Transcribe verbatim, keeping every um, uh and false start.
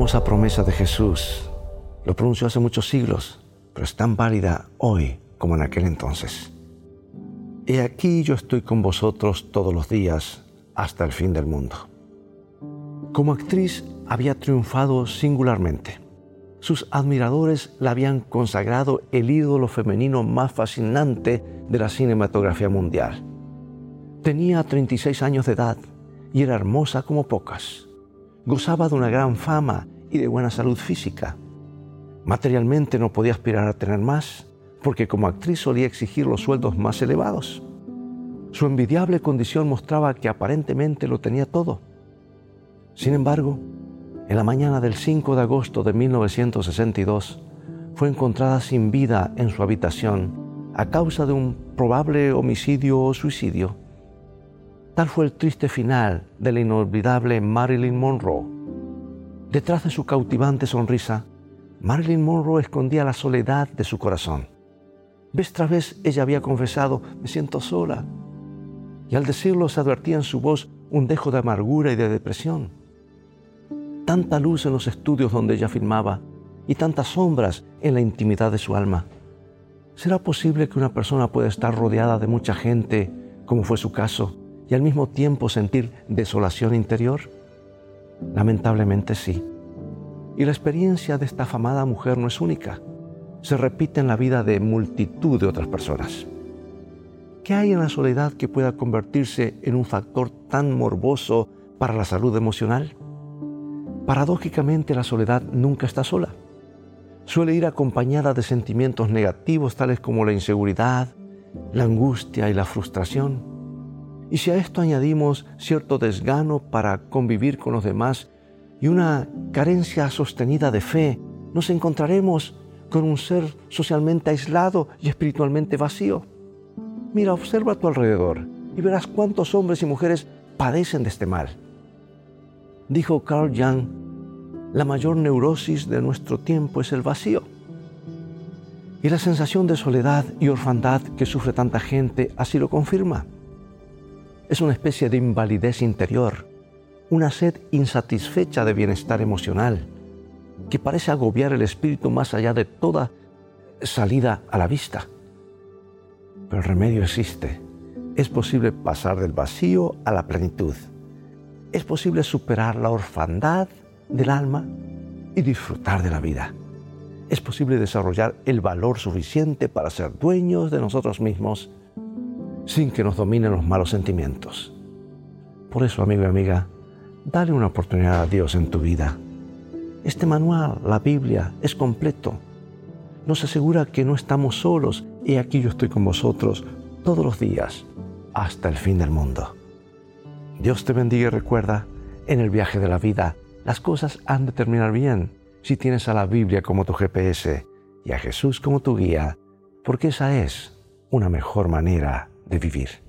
hermosa promesa de Jesús lo pronunció hace muchos siglos, pero es tan válida hoy como en aquel entonces. He aquí yo estoy con vosotros todos los días hasta el fin del mundo. Como actriz había triunfado singularmente. Sus admiradores la habían consagrado el ídolo femenino más fascinante de la cinematografía mundial. Tenía treinta y seis años de edad y era hermosa como pocas. Gozaba de una gran fama y de buena salud física. Materialmente no podía aspirar a tener más, porque como actriz solía exigir los sueldos más elevados. Su envidiable condición mostraba que aparentemente lo tenía todo. Sin embargo, en la mañana del cinco de agosto de mil novecientos sesenta y dos, fue encontrada sin vida en su habitación a causa de un probable homicidio o suicidio. Tal fue el triste final de la inolvidable Marilyn Monroe. Detrás de su cautivante sonrisa, Marilyn Monroe escondía la soledad de su corazón. Vez tras vez ella había confesado: me siento sola. Y al decirlo se advertía en su voz un dejo de amargura y de depresión. Tanta luz en los estudios donde ella filmaba y tantas sombras en la intimidad de su alma. ¿Será posible que una persona pueda estar rodeada de mucha gente, como fue su caso, y al mismo tiempo sentir desolación interior? Lamentablemente sí. Y la experiencia de esta afamada mujer no es única. Se repite en la vida de multitud de otras personas. ¿Qué hay en la soledad que pueda convertirse en un factor tan morboso para la salud emocional? Paradójicamente, la soledad nunca está sola. Suele ir acompañada de sentimientos negativos tales como la inseguridad, la angustia y la frustración. Y si a esto añadimos cierto desgano para convivir con los demás y una carencia sostenida de fe, nos encontraremos con un ser socialmente aislado y espiritualmente vacío. Mira, observa a tu alrededor y verás cuántos hombres y mujeres padecen de este mal. Dijo Carl Jung: la mayor neurosis de nuestro tiempo es el vacío. Y la sensación de soledad y orfandad que sufre tanta gente así lo confirma. Es una especie de invalidez interior, una sed insatisfecha de bienestar emocional, que parece agobiar el espíritu más allá de toda salida a la vista. Pero el remedio existe. Es posible pasar del vacío a la plenitud. Es posible superar la orfandad del alma y disfrutar de la vida. Es posible desarrollar el valor suficiente para ser dueños de nosotros mismos sin que nos dominen los malos sentimientos. Por eso, amigo y amiga, dale una oportunidad a Dios en tu vida. Este manual, la Biblia, es completo. Nos asegura que no estamos solos y aquí yo estoy con vosotros todos los días hasta el fin del mundo. Dios te bendiga y recuerda, en el viaje de la vida, las cosas han de terminar bien si tienes a la Biblia como tu G P S y a Jesús como tu guía, porque esa es una mejor manera de vivir.